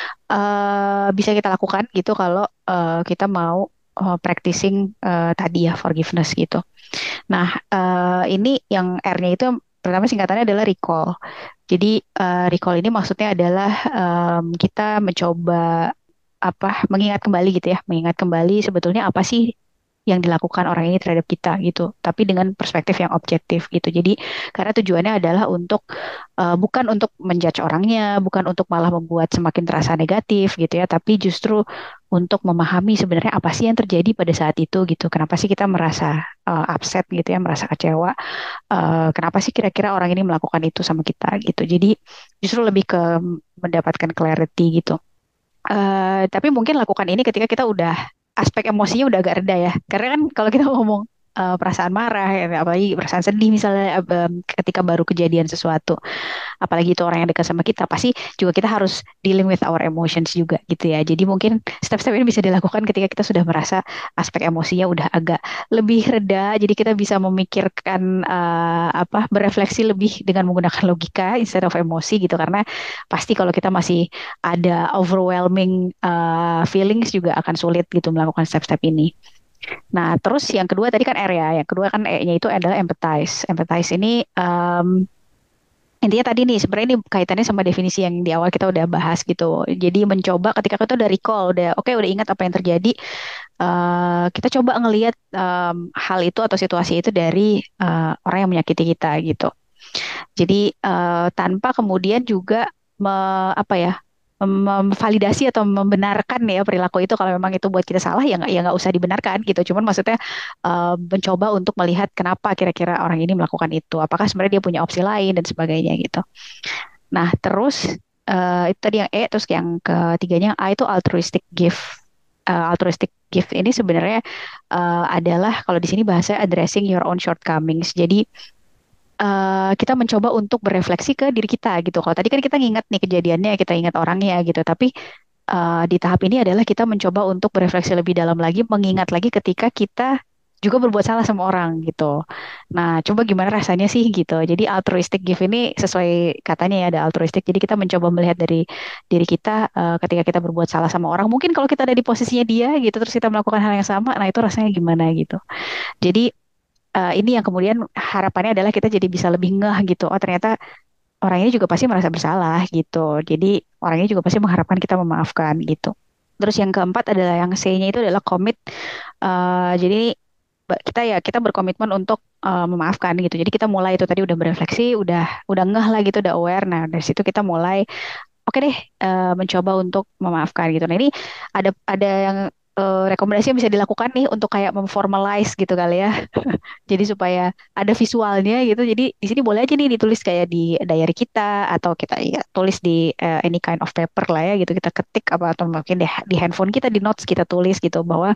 Speaker 2: uh, bisa kita lakukan gitu kalau uh, kita mau uh, practicing uh, tadi ya forgiveness gitu. Nah, uh, ini yang R-nya itu pertama singkatannya adalah recall. Jadi uh, recall ini maksudnya adalah um, kita mencoba apa mengingat kembali gitu ya, mengingat kembali sebetulnya apa sih yang dilakukan orang ini terhadap kita gitu, tapi dengan perspektif yang objektif gitu. Jadi karena tujuannya adalah untuk uh, bukan untuk menjudge orangnya, bukan untuk malah membuat semakin terasa negatif gitu ya, tapi justru untuk memahami sebenarnya apa sih yang terjadi pada saat itu gitu. Kenapa sih kita merasa uh, upset gitu ya, merasa kecewa? Uh, kenapa sih kira-kira orang ini melakukan itu sama kita gitu. Jadi justru lebih ke mendapatkan clarity gitu. Uh, tapi mungkin lakukan ini ketika kita udah aspek emosinya udah agak reda ya. Karena kan kalau kita ngomong uh, perasaan marah, ya, apalagi perasaan sedih misalnya um, ketika baru kejadian sesuatu, apalagi itu orang yang dekat sama kita, pasti juga kita harus dealing with our emotions juga gitu ya. Jadi mungkin step-step ini bisa dilakukan ketika kita sudah merasa aspek emosinya udah agak lebih reda, jadi kita bisa memikirkan uh, apa berefleksi lebih dengan menggunakan logika instead of emosi gitu. Karena pasti kalau kita masih ada overwhelming uh, feelings juga akan sulit gitu melakukan step-step ini. Nah, terus yang kedua tadi kan R ya, yang kedua kan E-nya itu adalah empathize. Empathize ini um, intinya tadi nih sebenarnya ini kaitannya sama definisi yang di awal kita udah bahas gitu. Jadi mencoba ketika kita udah recall, udah oke okay, udah ingat apa yang terjadi, uh, kita coba ngelihat um, hal itu atau situasi itu dari uh, orang yang menyakiti kita gitu. Jadi uh, tanpa kemudian juga me, apa ya memvalidasi atau membenarkan ya perilaku itu kalau memang itu buat kita salah ya nggak ya nggak usah dibenarkan gitu. Cuman maksudnya uh, mencoba untuk melihat kenapa kira-kira orang ini melakukan itu. Apakah sebenarnya dia punya opsi lain dan sebagainya gitu. Nah terus uh, itu tadi yang E, terus yang ketiganya A itu altruistic gift. Uh, altruistic gift ini sebenarnya uh, adalah kalau di sini bahasa addressing your own shortcomings. Jadi uh, kita mencoba untuk berefleksi ke diri kita gitu. Kalau tadi kan kita nginget nih kejadiannya, kita ingat orangnya gitu. Tapi uh, di tahap ini adalah kita mencoba untuk berefleksi lebih dalam lagi, mengingat lagi ketika kita juga berbuat salah sama orang gitu. Nah, coba gimana rasanya sih gitu. Jadi altruistic gift ini sesuai katanya ya ada altruistic. Jadi kita mencoba melihat dari diri kita uh, ketika kita berbuat salah sama orang. Mungkin kalau kita ada di posisinya dia gitu, terus kita melakukan hal yang sama, nah itu rasanya gimana gitu. Jadi uh, ini yang kemudian harapannya adalah kita jadi bisa lebih ngeh gitu. Oh ternyata orang ini juga pasti merasa bersalah gitu. Jadi orang ini juga pasti mengharapkan kita memaafkan gitu. Terus yang keempat adalah yang C-nya itu adalah commit. Uh, jadi kita ya kita berkomitmen untuk uh, memaafkan gitu. Jadi kita mulai itu tadi udah berefleksi, udah udah ngeh lah gitu, udah aware. Nah dari situ kita mulai oke deh uh, mencoba untuk memaafkan gitu. Nah ini ada ada yang uh, rekomendasi yang bisa dilakukan nih untuk kayak memformalize gitu kali ya. Jadi supaya ada visualnya gitu. Jadi di sini boleh aja nih ditulis kayak di diary kita atau kita ya tulis di uh, any kind of paper lah ya gitu. Kita ketik apa atau mungkin di, di handphone kita di notes kita tulis gitu bahwa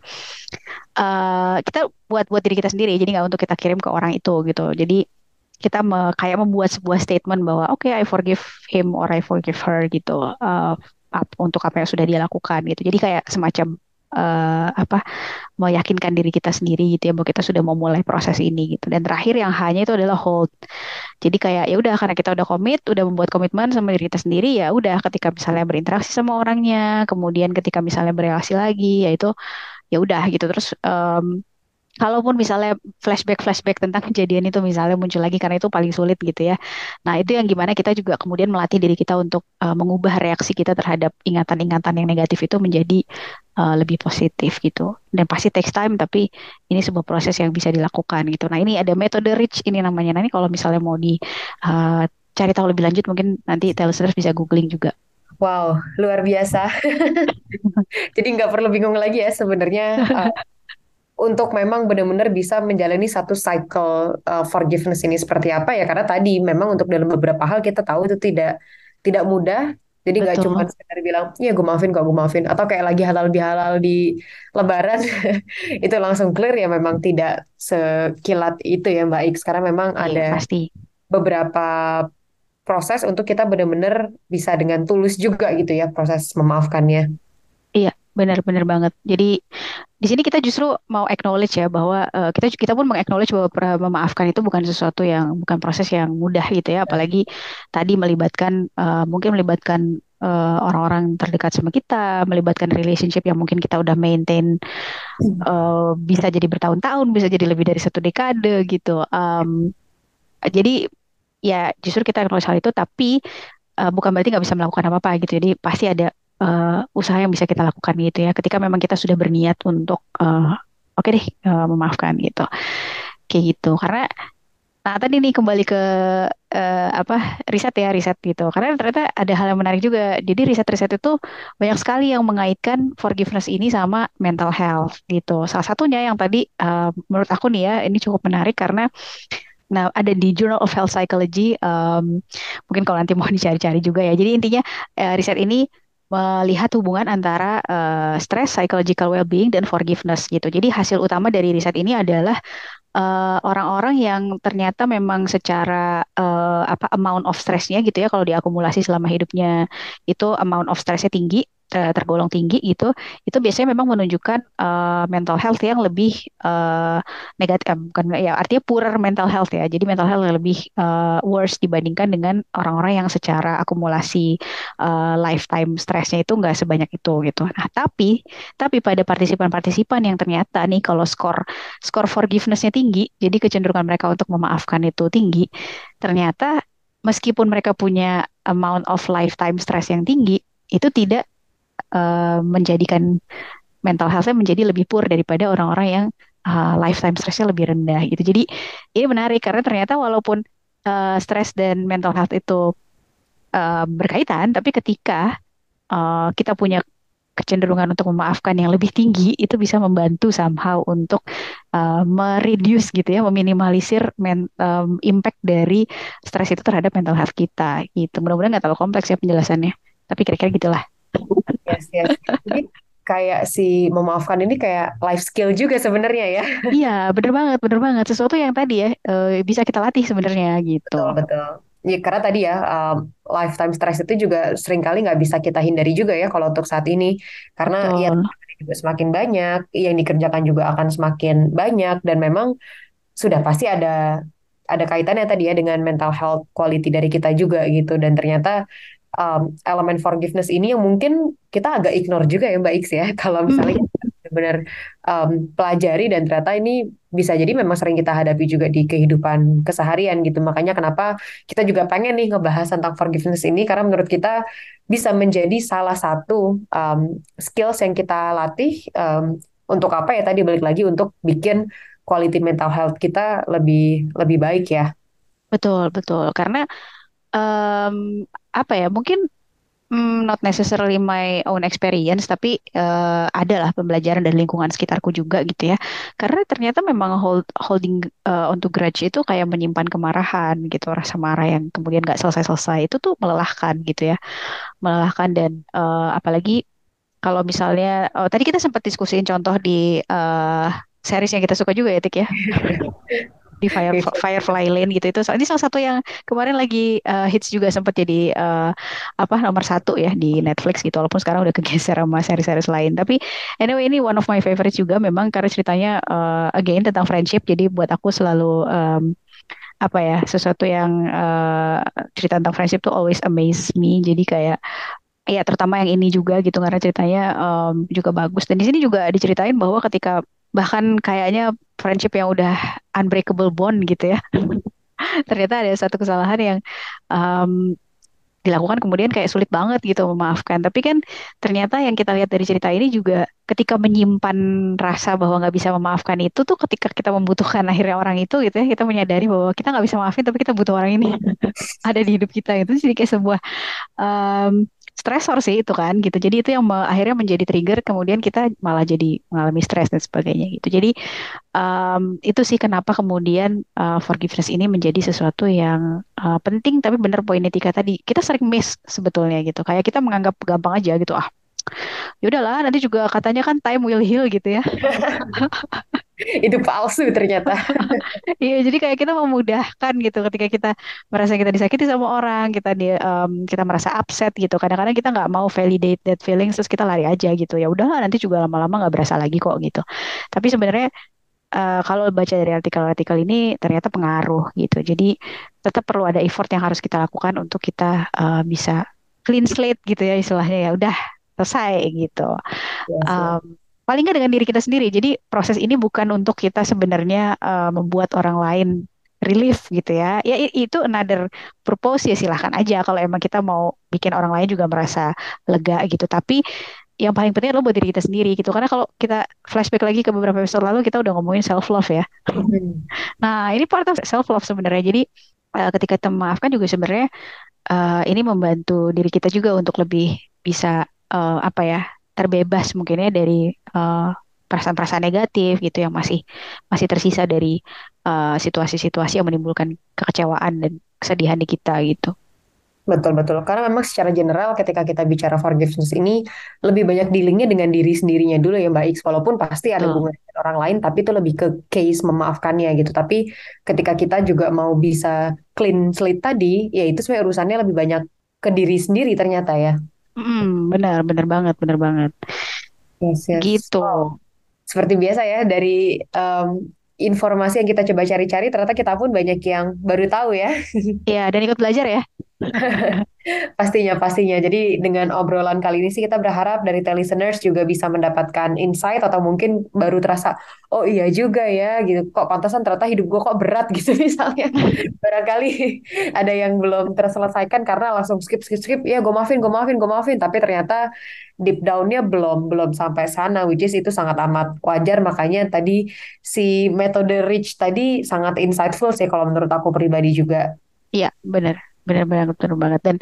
Speaker 2: uh, kita buat buat diri kita sendiri. Jadi nggak untuk kita kirim ke orang itu gitu. Jadi kita me, kayak membuat sebuah statement bahwa oke okay, I forgive him or I forgive her gitu uh, ap, untuk apa yang sudah dia lakukan gitu. Jadi kayak semacam uh, apa meyakinkan diri kita sendiri gitu ya bahwa kita sudah memulai proses ini gitu. Dan terakhir yang hanya itu adalah hold. Jadi kayak ya udah karena kita udah komit, udah membuat komitmen sama diri kita sendiri ya udah ketika misalnya berinteraksi sama orangnya, kemudian ketika misalnya berrelasi lagi ya itu ya udah gitu terus um, kalaupun misalnya flashback-flashback tentang kejadian itu misalnya muncul lagi karena itu paling sulit gitu ya. Nah, itu yang gimana kita juga kemudian melatih diri kita untuk uh, mengubah reaksi kita terhadap ingatan-ingatan yang negatif itu menjadi uh, lebih positif gitu. Dan pasti takes time tapi ini sebuah proses yang bisa dilakukan gitu. Nah, ini ada metode REACH ini namanya. Nah, ini kalau misalnya mau di uh, cari tahu lebih lanjut mungkin nanti listeners bisa googling juga.
Speaker 1: Wow, luar biasa. Jadi nggak perlu bingung lagi ya sebenarnya uh, untuk memang benar-benar bisa menjalani satu cycle uh, forgiveness ini seperti apa ya karena tadi memang untuk dalam beberapa hal kita tahu itu tidak tidak mudah Jadi nggak cuma
Speaker 2: betul.
Speaker 1: sekedar bilang, iya gue maafin kok, gue maafin. Atau kayak lagi halal bihalal di Lebaran, itu langsung clear ya memang tidak sekilat itu ya Mbak X. Karena memang
Speaker 2: Iya,
Speaker 1: ada
Speaker 2: pasti.
Speaker 1: beberapa proses untuk kita benar-benar bisa dengan tulus juga gitu ya proses memaafkannya.
Speaker 2: Iya, benar-benar banget. Jadi di sini kita justru mau acknowledge ya bahwa eh, kita kita pun mengaknowledge bahwa pra- memaafkan itu bukan sesuatu yang bukan proses yang mudah gitu ya. Apalagi tadi melibatkan eh, mungkin melibatkan eh, orang-orang terdekat sama kita, melibatkan relationship yang mungkin kita udah maintain eh, bisa jadi bertahun-tahun, bisa jadi lebih dari satu dekade gitu. Em, jadi ya justru kita acknowledge hal itu, tapi eh, bukan berarti nggak bisa melakukan apa-apa gitu. Jadi pasti ada eh, usaha yang bisa kita lakukan gitu ya. Ketika memang kita sudah berniat untuk eh, oke deh eh, memaafkan gitu, kayak gitu. Karena nah tadi nih kembali ke eh, apa riset ya riset gitu. Karena ternyata ada hal yang menarik juga. Jadi riset-riset itu banyak sekali yang mengaitkan forgiveness ini sama mental health gitu. Salah satunya yang tadi eh, menurut aku nih ya ini cukup menarik karena nah, ada di Journal of Health Psychology. Em, mungkin kalau nanti mau dicari-cari juga ya. Jadi intinya eh, riset ini melihat hubungan antara eh, stress, psychological well-being, dan forgiveness gitu. Jadi hasil utama dari riset ini adalah eh, orang-orang yang ternyata memang secara eh, apa amount of stressnya gitu ya kalau diakumulasi selama hidupnya itu amount of stressnya tinggi ter- tergolong tinggi gitu itu biasanya memang menunjukkan eh, mental health yang lebih eh, negatif eh, bukan ya artinya poorer mental health ya jadi mental health yang lebih eh, worse dibandingkan dengan orang-orang yang secara akumulasi eh, lifetime stressnya itu nggak sebanyak itu gitu nah tapi tapi pada partisipan-partisipan yang ternyata nih kalau skor skor forgiveness-nya tinggi, jadi kecenderungan mereka untuk memaafkan itu tinggi. Ternyata meskipun mereka punya amount of lifetime stress yang tinggi, itu tidak eh, menjadikan mental health-nya menjadi lebih poor daripada orang-orang yang uh, lifetime stress-nya lebih rendah gitu. Jadi ini menarik karena ternyata walaupun uh, stres dan mental health itu uh, berkaitan, tapi ketika uh, kita punya kecenderungan untuk memaafkan yang lebih tinggi itu bisa membantu somehow untuk uh, mereduce gitu ya, meminimalisir men- um, impact dari stres itu terhadap mental health kita gitu. Mudah-mudahan nggak terlalu kompleks ya penjelasannya, tapi kira-kira gitulah.
Speaker 1: Yes, yes. Jadi kayak si memaafkan ini kayak life skill juga sebenarnya ya.
Speaker 2: Iya, bener banget, bener banget. Sesuatu yang tadi ya eh, bisa kita latih sebenarnya gitu.
Speaker 1: Betul, betul. Ya, karena tadi ya, um, lifetime stress itu juga seringkali nggak bisa kita hindari juga ya kalau untuk saat ini. Karena ya
Speaker 2: Betul.
Speaker 1: juga semakin banyak, yang dikerjakan juga akan semakin banyak, dan memang sudah pasti ada ada kaitannya tadi ya dengan mental health quality dari kita juga gitu. Dan ternyata um, elemen forgiveness ini yang mungkin kita agak ignore juga ya Mbak X ya, kalau misalnya
Speaker 2: Hmm,
Speaker 1: kita benar um, pelajari dan ternyata ini bisa jadi memang sering kita hadapi juga di kehidupan keseharian gitu. Makanya kenapa kita juga pengen nih ngebahas tentang forgiveness ini karena menurut kita bisa menjadi salah satu um, skills yang kita latih um, untuk apa ya tadi balik lagi untuk bikin quality mental health kita lebih lebih baik ya.
Speaker 2: betul, betul. Karena em, apa ya? Mungkin mm, not necessarily my own experience, tapi eh, adalah pembelajaran dari lingkungan sekitarku juga gitu ya. Karena ternyata memang hold, holding eh, onto grudge itu kayak menyimpan kemarahan gitu, rasa marah yang kemudian nggak selesai-selesai itu tuh melelahkan gitu ya, melelahkan dan eh, apalagi kalau misalnya, oh, tadi kita sempat diskusiin contoh di eh, series yang kita suka juga ya, Tik ya di Fire, Firefly Lane gitu itu. So, ini salah satu yang kemarin lagi uh, hits juga sempat jadi uh, apa nomor satu ya di Netflix gitu. Walaupun sekarang udah kegeser sama seri-seri lain. Tapi anyway ini one of my favorite juga memang karena ceritanya uh, again tentang friendship. Jadi buat aku selalu um, apa ya sesuatu yang uh, cerita tentang friendship tuh always amaze me. Jadi kayak ya terutama yang ini juga gitu karena ceritanya um, juga bagus dan di sini juga diceritain bahwa ketika bahkan kayaknya friendship yang udah unbreakable bond gitu ya ternyata ada satu kesalahan yang um, dilakukan kemudian kayak sulit banget gitu memaafkan tapi kan ternyata yang kita lihat dari cerita ini juga ketika menyimpan rasa bahwa nggak bisa memaafkan itu tuh ketika kita membutuhkan akhirnya orang itu gitu ya kita menyadari bahwa kita nggak bisa maafin tapi kita butuh orang ini ada di hidup kita itu jadi kayak sebuah stresor sih itu kan gitu. Jadi itu yang me- akhirnya menjadi trigger kemudian kita malah jadi mengalami stres dan sebagainya gitu. Jadi um, itu sih kenapa kemudian uh, forgiveness ini menjadi sesuatu yang uh, penting tapi benar poinnya Tika tadi. Kita sering miss sebetulnya gitu. Kayak kita menganggap gampang aja gitu. Ah, yaudahlah nanti juga katanya kan time will heal gitu ya.
Speaker 1: Itu palsu ternyata.
Speaker 2: Iya, jadi kayak kita memudahkan gitu ketika kita merasa kita disakiti sama orang, kita di em, kita merasa upset gitu. Kadang-kadang kita nggak mau validate that feelings, terus kita lari aja gitu. Ya udahlah, nanti juga lama-lama nggak berasa lagi kok gitu. Tapi sebenarnya eh, kalau baca dari artikel-artikel ini ternyata pengaruh gitu. Jadi tetap perlu ada effort yang harus kita lakukan untuk kita eh, bisa clean slate gitu ya istilahnya ya. Udah selesai gitu.
Speaker 1: Yes, yes.
Speaker 2: um, paling nggak dengan diri kita sendiri. Jadi proses ini bukan untuk kita sebenarnya uh, membuat orang lain relief gitu ya. Ya i- itu another purpose ya silahkan aja kalau emang kita mau bikin orang lain juga merasa lega gitu. Tapi yang paling penting adalah buat diri kita sendiri gitu. Karena kalau kita flashback lagi ke beberapa episode lalu kita udah ngomongin self love ya.
Speaker 1: Hmm.
Speaker 2: Nah ini part of self love sebenarnya. Jadi uh, ketika kita memaafkan juga sebenarnya uh, ini membantu diri kita juga untuk lebih bisa uh, apa ya terbebas mungkin ya dari uh, perasaan-perasaan negatif gitu yang masih masih tersisa dari uh, situasi-situasi yang menimbulkan kekecewaan dan kesedihan di kita gitu.
Speaker 1: Betul-betul. Karena memang secara general ketika kita bicara forgiveness ini lebih banyak dealingnya dengan diri sendirinya dulu ya Mbak X. Walaupun pasti ada
Speaker 2: Betul.
Speaker 1: hubungan dengan orang lain, tapi itu lebih ke case memaafkannya gitu. Tapi ketika kita juga mau bisa clean slate tadi, ya itu sebenarnya urusannya lebih banyak ke diri sendiri ternyata ya.
Speaker 2: Mm, benar, benar banget, benar banget.
Speaker 1: Yes, yes.
Speaker 2: Gitu.
Speaker 1: Wow. Seperti biasa ya, dari em, informasi yang kita coba cari-cari, ternyata kita pun banyak yang baru tahu ya.
Speaker 2: Ya, dan ikut belajar ya.
Speaker 1: Pastinya, pastinya. Jadi dengan obrolan kali ini sih kita berharap dari listeners juga bisa mendapatkan insight atau mungkin baru terasa, oh iya juga ya, gitu. Kok pantasan ternyata hidup gue kok berat gitu misalnya. Barangkali ada yang belum terselesaikan karena langsung skip, skip, skip. Ya gue maafin, gue maafin, gue maafin. Tapi ternyata deep down-nya belum, belum sampai sana, which is itu sangat amat wajar. Makanya tadi si metode Rich tadi sangat insightful sih kalau menurut aku pribadi juga.
Speaker 2: Iya, benar. Benar-benar benar banget. Dan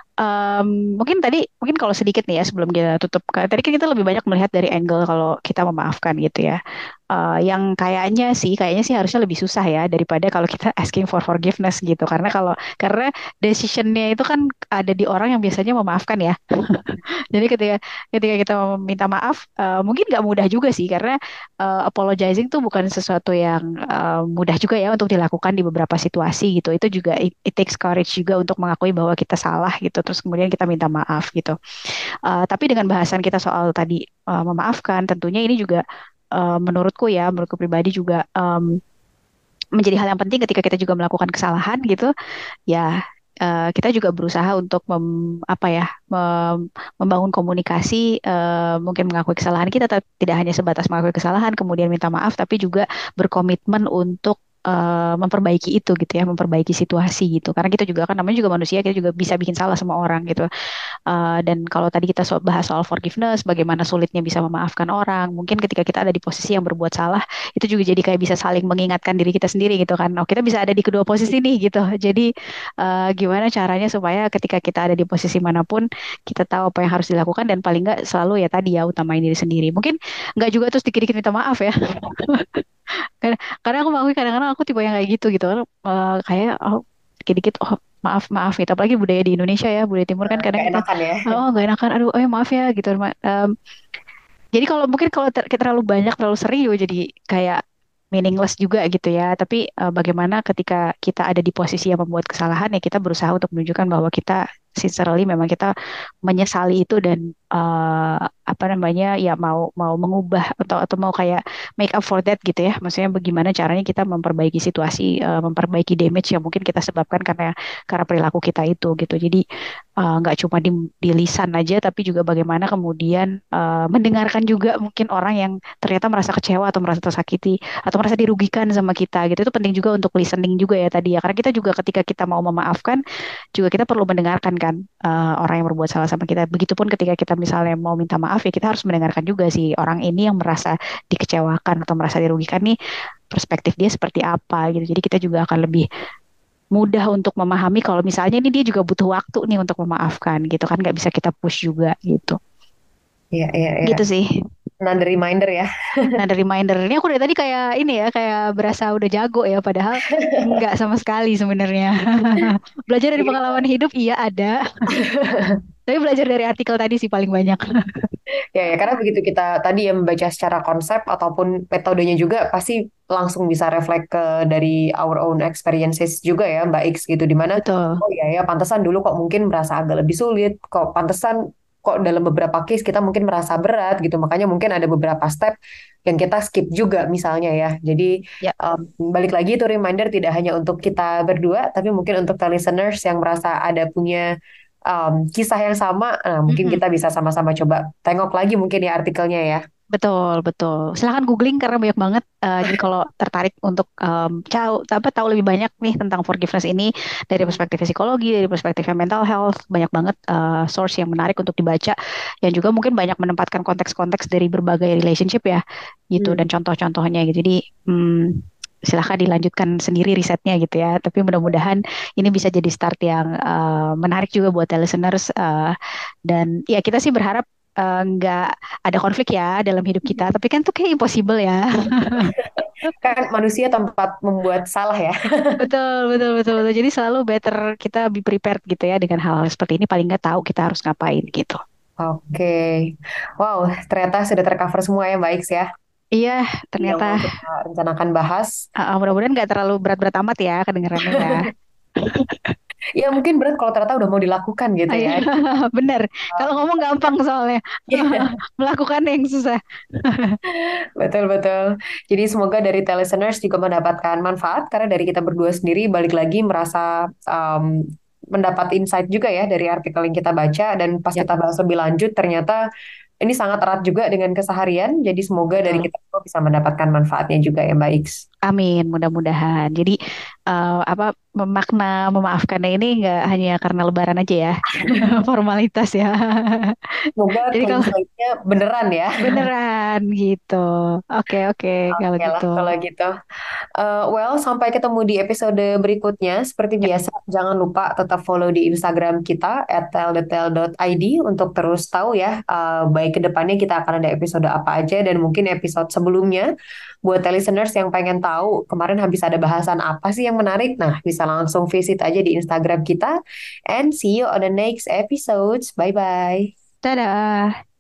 Speaker 2: Em, mungkin tadi, mungkin kalau sedikit nih ya sebelum kita tutup, Ka- tadi kan kita lebih banyak melihat dari angle kalau kita memaafkan gitu ya. Eh, yang kayaknya sih, kayaknya sih harusnya lebih susah ya daripada kalau kita asking for forgiveness gitu. Karena kalau karena decisionnya itu kan ada di orang yang biasanya memaafkan ya. Jadi ketika ketika kita minta maaf, eh, mungkin nggak mudah juga sih karena eh, apologizing tuh bukan sesuatu yang eh, mudah juga ya untuk dilakukan di beberapa situasi gitu. Itu juga it, it takes courage juga untuk mengakui bahwa kita salah gitu. Terus kemudian kita minta maaf gitu. Eh, tapi dengan bahasan kita soal tadi eh, memaafkan, tentunya ini juga eh, menurutku ya, menurutku pribadi juga em, menjadi hal yang penting ketika kita juga melakukan kesalahan gitu ya eh, kita juga berusaha untuk mem- apa ya mem- membangun komunikasi eh, mungkin mengakui kesalahan kita tapi tidak hanya sebatas mengakui kesalahan kemudian minta maaf tapi juga berkomitmen untuk eh, memperbaiki itu gitu ya memperbaiki situasi gitu karena kita juga kan namanya juga manusia kita juga bisa bikin salah sama orang gitu. Uh, dan kalau tadi kita so- bahas soal forgiveness, bagaimana sulitnya bisa memaafkan orang, mungkin ketika kita ada di posisi yang berbuat salah, itu juga jadi kayak bisa saling mengingatkan diri kita sendiri gitu kan. Oh, kita bisa ada di kedua posisi nih gitu. Jadi uh, gimana caranya supaya ketika kita ada di posisi manapun, kita tahu apa yang harus dilakukan dan paling nggak selalu ya tadi ya utamain diri sendiri. Mungkin nggak juga terus dikit-dikit minta maaf ya. Karena, karena aku mengakui kadang-kadang aku tipe yang kayak gitu gitu kan. Uh, kayak oh, dikit-dikit oh maaf maaf gitu apalagi budaya di Indonesia ya budaya timur kan kadang
Speaker 1: Gak
Speaker 2: kita
Speaker 1: enakan ya.
Speaker 2: oh nggak enakan aduh oh ya maaf ya gitu. Ma- em, jadi kalau mungkin kalau ter- terlalu banyak terlalu sering juga jadi kayak meaningless juga gitu ya tapi eh, bagaimana ketika kita ada di posisi yang membuat kesalahan ya kita berusaha untuk menunjukkan bahwa kita sincerely memang kita menyesali itu dan eh, apa namanya ya mau mau mengubah atau atau mau kayak make up for that gitu ya maksudnya bagaimana caranya kita memperbaiki situasi eh, memperbaiki damage yang mungkin kita sebabkan karena karena perilaku kita itu gitu jadi eh, nggak cuma di, di lisan aja tapi juga bagaimana kemudian eh, mendengarkan juga mungkin orang yang ternyata merasa kecewa atau merasa tersakiti atau merasa dirugikan sama kita gitu itu penting juga untuk listening juga ya tadi ya karena kita juga ketika kita mau memaafkan juga kita perlu mendengarkan kan eh, orang yang berbuat salah sama kita begitupun ketika kita misalnya mau minta maaf ya kita harus mendengarkan juga sih orang ini yang merasa dikecewakan atau merasa dirugikan nih perspektif dia seperti apa gitu jadi kita juga akan lebih mudah untuk memahami kalau misalnya ini dia juga butuh waktu nih untuk memaafkan gitu kan, nggak bisa kita push juga gitu.
Speaker 1: Iya, iya, iya.
Speaker 2: Gitu sih.
Speaker 1: Another reminder ya.
Speaker 2: Nah, dari reminder ini aku dari tadi kayak ini ya, kayak berasa udah jago ya, padahal nggak sama sekali sebenarnya. Belajar dari
Speaker 1: Iya.
Speaker 2: pengalaman hidup, iya ada. Tapi belajar dari artikel tadi sih paling banyak.
Speaker 1: Ya, ya, karena begitu kita tadi ya membaca secara konsep ataupun metodenya juga pasti langsung bisa reflect ke dari our own experiences juga ya Mbak X gitu dimana
Speaker 2: Betul.
Speaker 1: oh ya ya pantesan dulu kok mungkin merasa agak lebih sulit kok pantesan kok dalam beberapa case kita mungkin merasa berat gitu makanya mungkin ada beberapa step yang kita skip juga misalnya ya jadi
Speaker 2: Ya,
Speaker 1: um, balik lagi itu reminder tidak hanya untuk kita berdua tapi mungkin untuk the listeners yang merasa ada punya um, kisah yang sama, nah, mungkin
Speaker 2: mm-mm.
Speaker 1: kita bisa sama-sama coba tengok lagi mungkin ya artikelnya ya.
Speaker 2: Betul, betul. Silahkan googling karena banyak banget. Eh, jadi kalau tertarik untuk um, tahu, apa tahu lebih banyak nih tentang forgiveness ini dari
Speaker 1: Hmm.
Speaker 2: perspektif psikologi, dari perspektif mental health, banyak banget eh, source yang menarik untuk dibaca, yang juga mungkin banyak menempatkan konteks-konteks dari berbagai relationship ya, gitu
Speaker 1: Hmm.
Speaker 2: dan contoh-contohnya gitu. Jadi hmm, silahkan dilanjutkan sendiri risetnya gitu ya. Tapi mudah-mudahan ini bisa jadi start yang eh, menarik juga buat listeners. eh, dan ya kita sih berharap eh, nggak ada konflik ya dalam hidup kita, tapi kan tuh kayak impossible ya.
Speaker 1: Kan manusia tempat membuat salah ya.
Speaker 2: Betul, betul, betul, betul. Jadi selalu better kita be prepared gitu ya dengan hal-hal seperti ini. Paling nggak tahu kita harus ngapain gitu.
Speaker 1: Oke, wow, ternyata sudah tercover semua ya Mbak X ya.
Speaker 2: Iya,
Speaker 1: Yang
Speaker 2: ternyata
Speaker 1: mau kita rencanakan bahas.
Speaker 2: uh, uh, mudah-mudahan nggak terlalu berat-berat amat ya kedengarannya ya.
Speaker 1: Ya mungkin berat kalau ternyata udah mau dilakukan gitu
Speaker 2: Ayo,
Speaker 1: ya.
Speaker 2: bener. Kalau ngomong gampang soalnya
Speaker 1: Iya,
Speaker 2: melakukan yang susah.
Speaker 1: betul-betul. Jadi semoga dari listeners juga mendapatkan manfaat karena dari kita berdua sendiri balik lagi merasa um, mendapat insight juga ya dari artikel yang kita baca dan pas
Speaker 2: Yap,
Speaker 1: kita bahas lebih lanjut ternyata ini sangat erat juga dengan keseharian. Jadi semoga dari
Speaker 2: betul.
Speaker 1: kita semua bisa mendapatkan manfaatnya juga ya Mbak X.
Speaker 2: Amin, mudah-mudahan. Jadi eh, apa memakna memaafkannya ini nggak hanya karena Lebaran aja ya, formalitas ya.
Speaker 1: Semoga
Speaker 2: Jadi
Speaker 1: clean
Speaker 2: kalau
Speaker 1: slate-nya beneran ya.
Speaker 2: beneran gitu. Oke, oke kalau
Speaker 1: Oke lah
Speaker 2: gitu.
Speaker 1: kalau gitu. Eh, well, sampai ketemu di episode berikutnya. Seperti
Speaker 2: Yap,
Speaker 1: biasa, jangan lupa tetap follow di Instagram kita at tell the tale dot i d untuk terus tahu ya, eh, baik ke depannya kita akan ada episode apa aja dan mungkin episode sebelumnya buat listeners yang pengen tahu kemarin habis ada bahasan apa sih yang menarik. Nah, bisa langsung visit aja di Instagram kita and see you on the next episodes. Bye-bye.
Speaker 2: dadah.